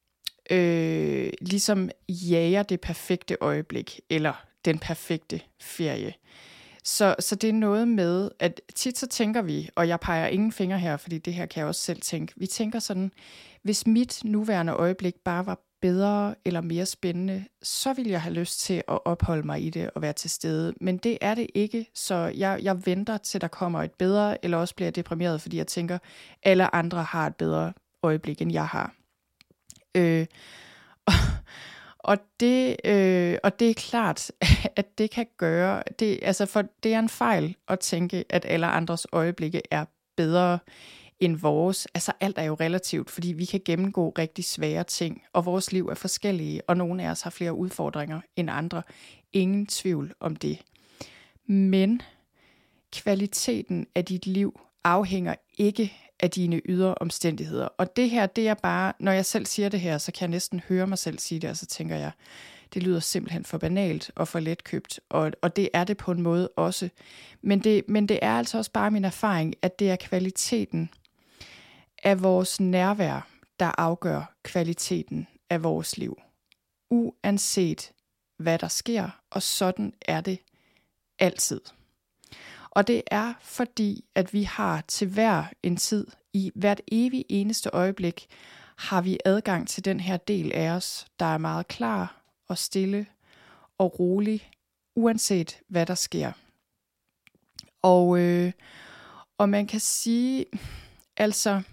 øh, ligesom jager det perfekte øjeblik, eller den perfekte ferie. Så, så det er noget med, at tit så tænker vi, og jeg peger ingen fingre her, fordi det her kan jeg også selv tænke, vi tænker sådan, hvis mit nuværende øjeblik bare var bedre eller mere spændende, så ville jeg have lyst til at opholde mig i det og være til stede. Men det er det ikke, så jeg, jeg venter til der kommer et bedre, eller også bliver jeg deprimeret, fordi jeg tænker, alle andre har et bedre øjeblik, end jeg har. Øh, og, og, det, øh, og det er klart, at det kan gøre, det, altså for det er en fejl at tænke, at alle andres øjeblikke er bedre end vores. Altså alt er jo relativt, fordi vi kan gennemgå rigtig svære ting, og vores liv er forskellige, og nogle af os har flere udfordringer end andre. Ingen tvivl om det. Men kvaliteten af dit liv afhænger ikke af dine ydre omstændigheder. Og det her, det er bare, når jeg selv siger det her, så kan jeg næsten høre mig selv sige det, og så tænker jeg, det lyder simpelthen for banalt og for letkøbt, og, og det er det på en måde også. Men det, men det er altså også bare min erfaring, at det er kvaliteten af vores nærvær, der afgør kvaliteten af vores liv. Uanset hvad der sker, og sådan er det altid. Og det er fordi, at vi har til hver en tid, i hvert evig eneste øjeblik, har vi adgang til den her del af os, der er meget klar og stille og rolig, uanset hvad der sker. Og, øh, og man kan sige, altså,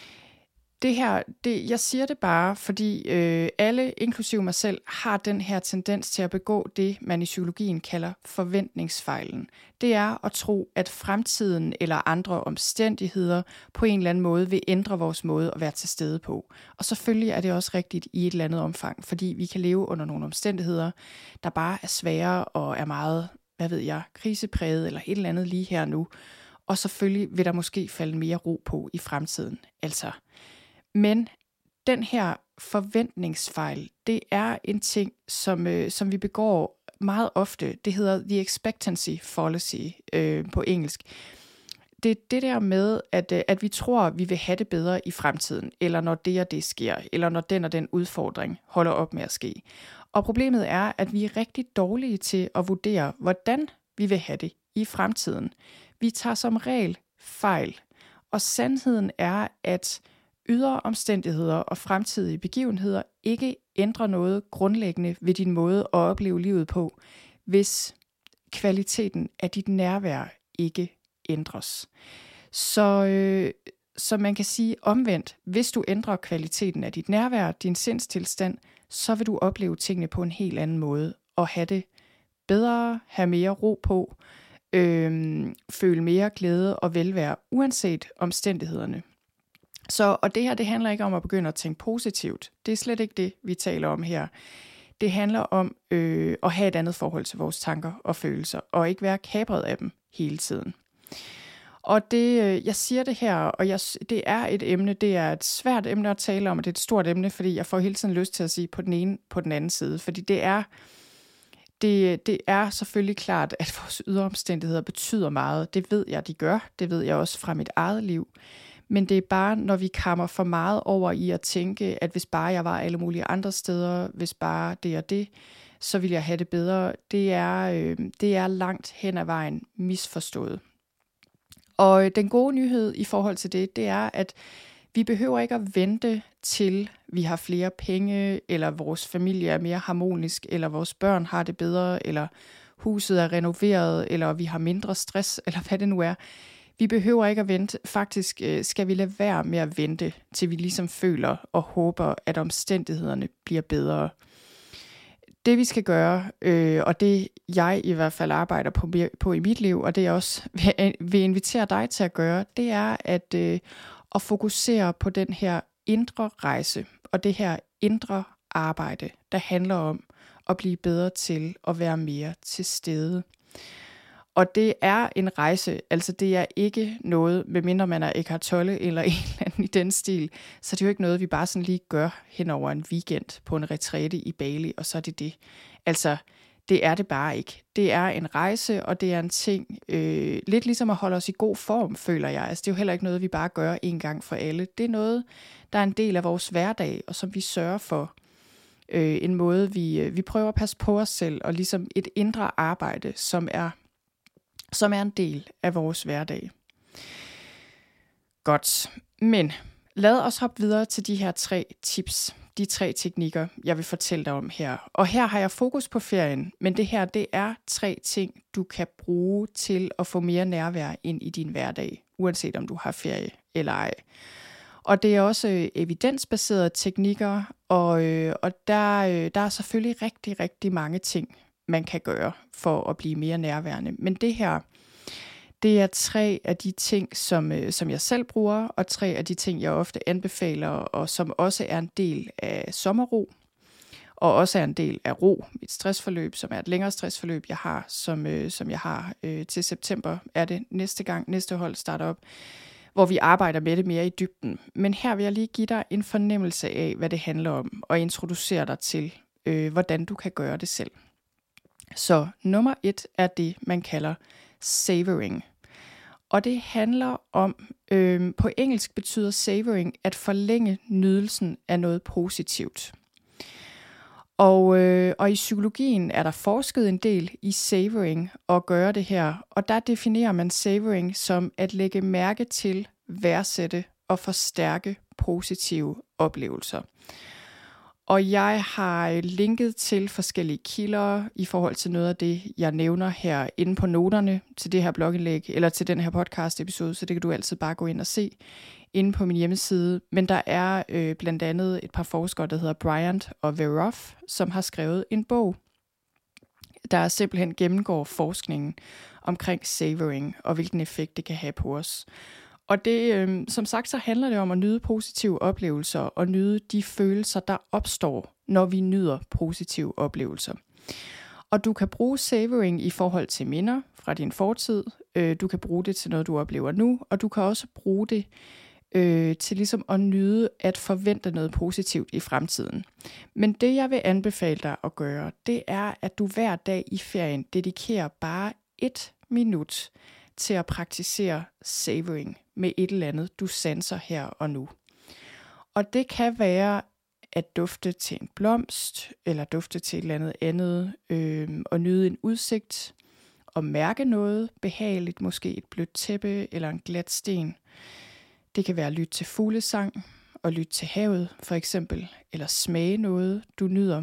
det her, det, jeg siger det bare, fordi øh, alle, inklusive mig selv, har den her tendens til at begå det, man i psykologien kalder forventningsfejlen. Det er at tro, at fremtiden eller andre omstændigheder på en eller anden måde vil ændre vores måde at være til stede på. Og selvfølgelig er det også rigtigt i et eller andet omfang, fordi vi kan leve under nogle omstændigheder, der bare er svære og er meget, hvad ved jeg, krisepræget eller et eller andet lige her nu. Og selvfølgelig vil der måske falde mere ro på i fremtiden. Altså, men den her forventningsfejl, det er en ting, som, øh, som vi begår meget ofte. Det hedder the expectancy fallacy øh, på engelsk. Det er det der med, at, øh, at vi tror, at vi vil have det bedre i fremtiden, eller når det og det sker, eller når den og den udfordring holder op med at ske. Og problemet er, at vi er rigtig dårlige til at vurdere, hvordan vi vil have det i fremtiden. Vi tager som regel fejl, og sandheden er, at ydre omstændigheder og fremtidige begivenheder ikke ændrer noget grundlæggende ved din måde at opleve livet på, hvis kvaliteten af dit nærvær ikke ændres. Så, øh, så man kan sige omvendt, hvis du ændrer kvaliteten af dit nærvær, din sindstilstand, så vil du opleve tingene på en helt anden måde og have det bedre, have mere ro på, øh, føle mere glæde og velvære, uanset omstændighederne. Så, og det her, det handler ikke om at begynde at tænke positivt. Det er slet ikke det, vi taler om her. Det handler om øh, at have et andet forhold til vores tanker og følelser, og ikke være kapret af dem hele tiden. Og det, jeg siger det her, og jeg, det er et emne, det er et svært emne at tale om, og det er et stort emne, fordi jeg får hele tiden lyst til at sige på den ene, på den anden side. Fordi det er, det, det er selvfølgelig klart, at vores ydre omstændigheder betyder meget. Det ved jeg, de gør. Det ved jeg også fra mit eget liv. Men det er bare, når vi kammer for meget over i at tænke, at hvis bare jeg var alle mulige andre steder, hvis bare det og det, så ville jeg have det bedre. Det er, øh, det er langt hen ad vejen misforstået. Og den gode nyhed i forhold til det, det er, at vi behøver ikke at vente til vi har flere penge, eller vores familie er mere harmonisk, eller vores børn har det bedre, eller huset er renoveret, eller vi har mindre stress, eller hvad det nu er. Vi behøver ikke at vente. Faktisk skal vi lade være med at vente, til vi ligesom føler og håber, at omstændighederne bliver bedre. Det vi skal gøre, øh, og det jeg i hvert fald arbejder på, på i mit liv, og det jeg også vil, vil invitere dig til at gøre, det er at, øh, at fokusere på den her indre rejse, og det her indre arbejde, der handler om at blive bedre til at være mere til stede. Og det er en rejse, altså det er ikke noget, medmindre man er Eckhart Tolle eller en eller anden i den stil, så det er jo ikke noget, vi bare sådan lige gør hen over en weekend på en retræte i Bali, og så er det det. Altså, det er det bare ikke. Det er en rejse, og det er en ting, øh, lidt ligesom at holde os i god form, føler jeg. Altså, det er jo heller ikke noget, vi bare gør en gang for alle. Det er noget, der er en del af vores hverdag, og som vi sørger for. Øh, en måde, vi, vi prøver at passe på os selv, og ligesom et indre arbejde, som er, som er en del af vores hverdag. Godt, men lad os hoppe videre til de her tre tips, de tre teknikker, jeg vil fortælle dig om her. Og her har jeg fokus på ferien, men det her, det er tre ting, du kan bruge til at få mere nærvær ind i din hverdag, uanset om du har ferie eller ej. Og det er også evidensbaserede teknikker, og, øh, og der, øh, der er selvfølgelig rigtig, rigtig mange ting, man kan gøre for at blive mere nærværende. Men det her, det er tre af de ting, som, øh, som jeg selv bruger, og tre af de ting, jeg ofte anbefaler, og som også er en del af sommerro, og også er en del af ro, mit stressforløb, som er et længere stressforløb, jeg har, som, øh, som jeg har øh, til september, er det næste gang, næste hold starter op, hvor vi arbejder med det mere i dybden. Men her vil jeg lige give dig en fornemmelse af, hvad det handler om, og introducere dig til, øh, hvordan du kan gøre det selv. Så nummer et er det, man kalder savoring. Og det handler om, øh, på engelsk betyder savoring, at forlænge nydelsen af noget positivt. Og, øh, og i psykologien er der forsket en del i savoring og gøre det her. Og der definerer man savoring som at lægge mærke til, værdsætte og forstærke positive oplevelser. Og jeg har linket til forskellige kilder i forhold til noget af det, jeg nævner her inde på noterne til det her blogindlæg, eller til den her podcast episode, så det kan du altid bare gå ind og se inde på min hjemmeside. Men der er øh, blandt andet et par forskere, der hedder Bryant og Veroff, som har skrevet en bog, der simpelthen gennemgår forskningen omkring savoring og hvilken effekt det kan have på os. Og det, øh, som sagt, så handler det om at nyde positive oplevelser og nyde de følelser, der opstår, når vi nyder positive oplevelser. Og du kan bruge savoring i forhold til minder fra din fortid. Øh, du kan bruge det til noget, du oplever nu, og du kan også bruge det øh, til ligesom at nyde at forvente noget positivt i fremtiden. Men det, jeg vil anbefale dig at gøre, det er, at du hver dag i ferien dedikerer bare et minut til at praktisere savoring med et eller andet, du sanser her og nu. Og det kan være at dufte til en blomst, eller dufte til et eller andet andet, øh, og nyde en udsigt, og mærke noget behageligt, måske et blødt tæppe eller en glat sten. Det kan være at lytte til fuglesang, og lytte til havet for eksempel, eller smage noget, du nyder.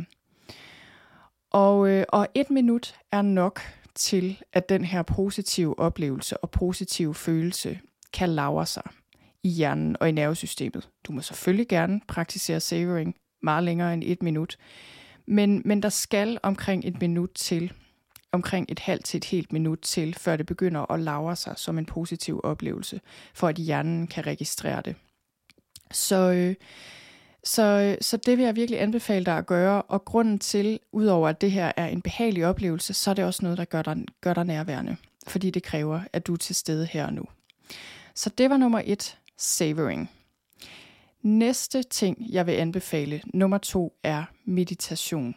Og, øh, og et minut er nok til, at den her positive oplevelse og positive følelse kan lagre sig i hjernen og i nervesystemet. Du må selvfølgelig gerne praktisere savoring meget længere end et minut, men, men der skal omkring et minut til, omkring et halvt til et helt minut til, før det begynder at lagre sig som en positiv oplevelse, for at hjernen kan registrere det. Så, øh, så, så det vil jeg virkelig anbefale dig at gøre, og grunden til, udover at det her er en behagelig oplevelse, så er det også noget, der gør dig, gør dig nærværende, fordi det kræver, at du er til stede her og nu. Så det var nummer et, savoring. Næste ting, jeg vil anbefale, nummer to, er meditation.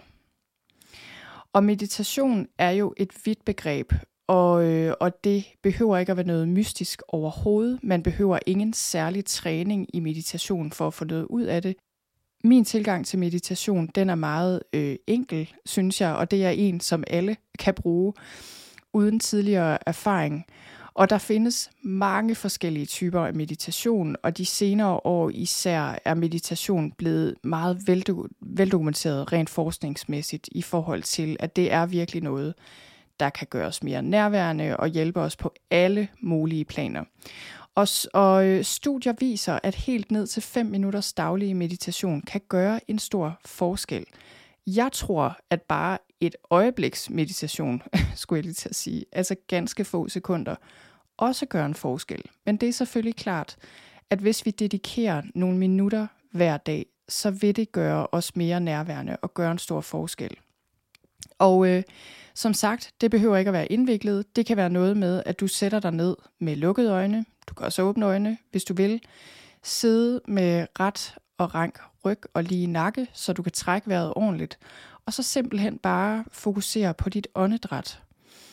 Og meditation er jo et vidt begreb, og, øh, og det behøver ikke at være noget mystisk overhovedet. Man behøver ingen særlig træning i meditation for at få noget ud af det. Min tilgang til meditation, den er meget øh, enkel, synes jeg, og det er en, som alle kan bruge uden tidligere erfaring. Og der findes mange forskellige typer af meditation, og de senere år især er meditation blevet meget veldokumenteret rent forskningsmæssigt i forhold til, at det er virkelig noget, der kan gøre os mere nærværende og hjælpe os på alle mulige planer. Og, og studier viser, at helt ned til fem minutters daglig meditation kan gøre en stor forskel. Jeg tror, at bare et øjebliks meditation, skulle jeg lige til at sige, altså ganske få sekunder, også gør en forskel. Men det er selvfølgelig klart, at hvis vi dedikerer nogle minutter hver dag, så vil det gøre os mere nærværende og gøre en stor forskel. Og øh, som sagt, det behøver ikke at være indviklet. Det kan være noget med, at du sætter dig ned med lukkede øjne. Du kan også åbne øjne, hvis du vil. Sidde med ret og rank ryg og lige nakke, så du kan trække vejret ordentligt. og så simpelthen bare fokusere på dit åndedræt.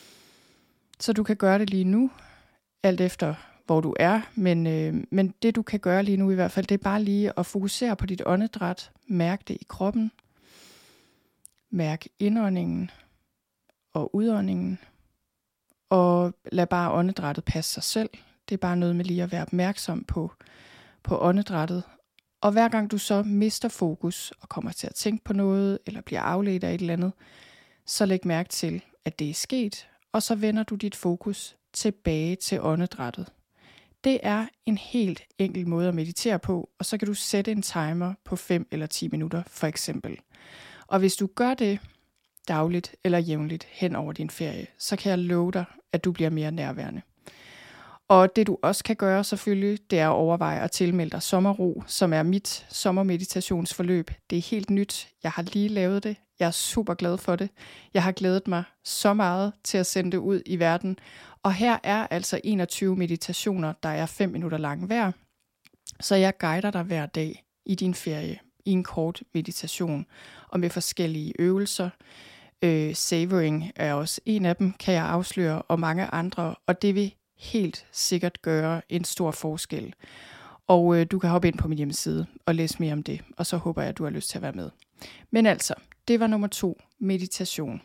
Så du kan gøre det lige nu, alt efter hvor du er, men, øh, men det du kan gøre lige nu i hvert fald, det er bare lige at fokusere på dit åndedræt, mærk det i kroppen, mærk indåndingen og udåndingen, og lad bare åndedrættet passe sig selv. Det er bare noget med lige at være opmærksom på, på åndedrættet. Og hver gang du så mister fokus og kommer til at tænke på noget, eller bliver afledt af et eller andet, så læg mærke til, at det er sket, og så vender du dit fokus tilbage til åndedrættet. Det er en helt enkel måde at meditere på, og så kan du sætte en timer på fem eller ti minutter for eksempel. Og hvis du gør det dagligt eller jævnligt hen over din ferie, så kan jeg love dig, at du bliver mere nærværende. Og det du også kan gøre selvfølgelig, det er at overveje at tilmelde dig Sommerro, som er mit sommermeditationsforløb. Det er helt nyt. Jeg har lige lavet det. Jeg er super glad for det. Jeg har glædet mig så meget til at sende det ud i verden. Og her er altså enogtyve meditationer, der er fem minutter lange hver. Så jeg guider dig hver dag i din ferie i en kort meditation og med forskellige øvelser. Øh, savoring er også en af dem, kan jeg afsløre, og mange andre. Og det vil helt sikkert gøre en stor forskel. Og øh, du kan hoppe ind på min hjemmeside og læse mere om det, og så håber jeg, at du har lyst til at være med. Men altså, det var nummer to, meditation.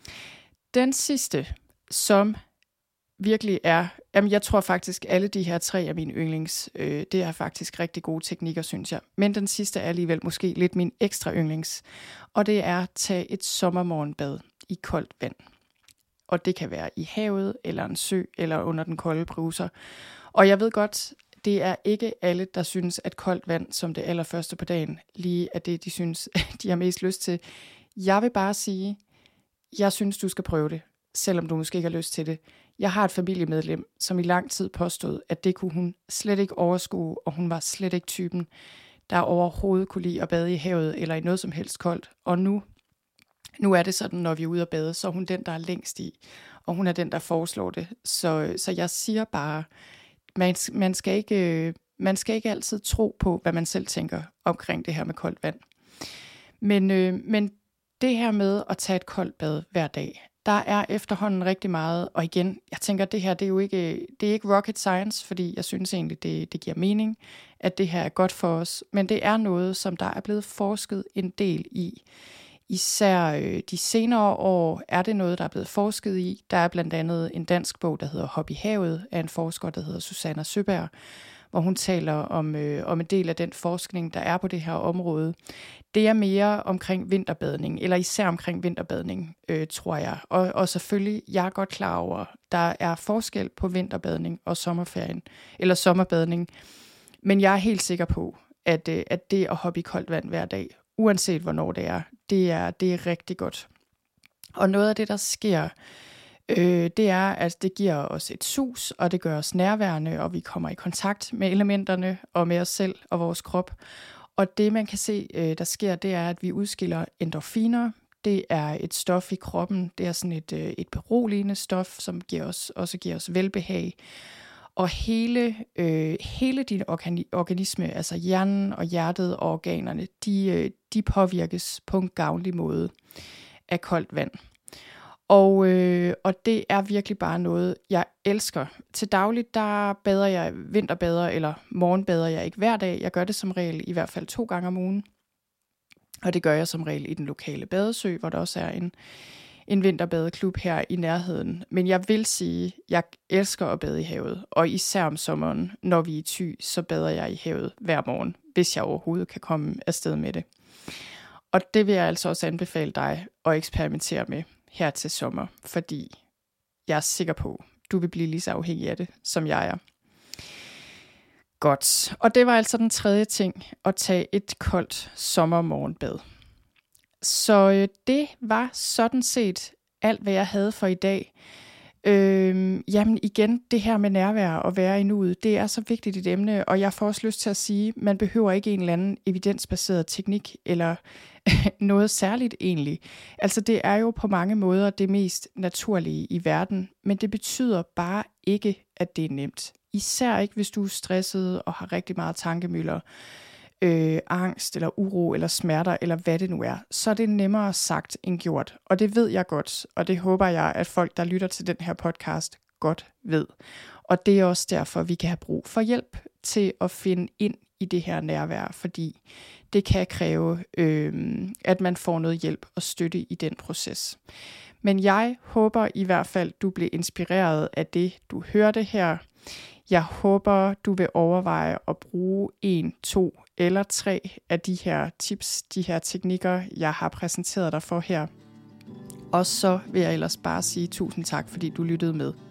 Den sidste, som virkelig er, jamen jeg tror faktisk, alle de her tre er mine yndlings. Øh, det er faktisk rigtig gode teknikker, synes jeg. Men den sidste er alligevel måske lidt min ekstra yndlings. Og det er at tage et sommermorgenbad i koldt vand. Og det kan være i havet, eller en sø, eller under den kolde bruser. Og jeg ved godt, det er ikke alle, der synes, at koldt vand, som det allerførste på dagen, lige er det, de synes, de har mest lyst til. Jeg vil bare sige, jeg synes, du skal prøve det, selvom du måske ikke har lyst til det. Jeg har et familiemedlem, som i lang tid påstod, at det kunne hun slet ikke overskue, og hun var slet ikke typen, der overhovedet kunne lide at bade i havet, eller i noget som helst koldt. Og nu Nu er det sådan, når vi er ude at bade, så er hun den, der er længst i, og hun er den, der foreslår det. Så, så jeg siger bare, man, man, skal ikke, man skal ikke altid tro på, hvad man selv tænker omkring det her med koldt vand. Men, øh, men det her med at tage et koldt bad hver dag, der er efterhånden rigtig meget, og igen, jeg tænker, det her det er jo ikke, det er ikke rocket science, fordi jeg synes egentlig, det, det giver mening, at det her er godt for os, men det er noget, som der er blevet forsket en del i. Især øh, de senere år er det noget, der er blevet forsket i. Der er blandt andet en dansk bog, der hedder Hop i havet, af en forsker, der hedder Susanna Søberg, hvor hun taler om, øh, om en del af den forskning, der er på det her område. Det er mere omkring vinterbadning, eller især omkring vinterbadning, øh, tror jeg. Og, og selvfølgelig, jeg er godt klar over, der er forskel på vinterbadning og sommerferien, eller sommerbadning. Men jeg er helt sikker på, at, øh, at det at hoppe i koldt vand hver dag, uanset hvornår det er, det er, det er rigtig godt. Og noget af det, der sker, øh, det er, at det giver os et sus, og det gør os nærværende, og vi kommer i kontakt med elementerne, og med os selv og vores krop. Og det, man kan se, øh, der sker, det er, at vi udskiller endorfiner. Det er et stof i kroppen. Det er sådan et, øh, et beroligende stof, som giver os, også giver os velbehag. Og hele, øh, hele din organi- organisme, altså hjernen og hjertet og organerne, de, øh, de påvirkes på en gavnlig måde af koldt vand. Og, øh, og det er virkelig bare noget, jeg elsker. Til dagligt, der bader jeg vinterbader, eller morgenbader jeg ikke hver dag. Jeg gør det som regel i hvert fald to gange om ugen. Og det gør jeg som regel i den lokale badesø, hvor der også er en, en vinterbadeklub her i nærheden. Men jeg vil sige, jeg elsker at bade i havet. Og især om sommeren, når vi er i Thy, så bader jeg i havet hver morgen, hvis jeg overhovedet kan komme afsted med det. Og det vil jeg altså også anbefale dig at eksperimentere med her til sommer, fordi jeg er sikker på, du vil blive lige så afhængig af det, som jeg er. Godt, og det var altså den tredje ting, at tage et koldt sommermorgenbad. Så øh, det var sådan set alt, hvad jeg havde for i dag. Øh, jamen igen, det her med nærvær og være i nuet, det er så vigtigt et emne, og jeg får også lyst til at sige, man behøver ikke en eller anden evidensbaseret teknik, eller noget særligt egentlig. Altså det er jo på mange måder det mest naturlige i verden, men det betyder bare ikke, at det er nemt. Især ikke, hvis du er stresset og har rigtig meget tankemylder. øh, angst eller uro eller smerter eller hvad det nu er, så er det nemmere sagt end gjort. Og det ved jeg godt, og det håber jeg, at folk, der lytter til den her podcast, godt ved. Og det er også derfor, vi kan have brug for hjælp til at finde ind i det her nærvær, fordi det kan kræve, øh, at man får noget hjælp og støtte i den proces. Men jeg håber i hvert fald, du bliver inspireret af det, du hørte her. Jeg håber, du vil overveje at bruge en, to eller tre af de her tips, de her teknikker, jeg har præsenteret dig for her. Og så vil jeg ellers bare sige tusind tak, fordi du lyttede med.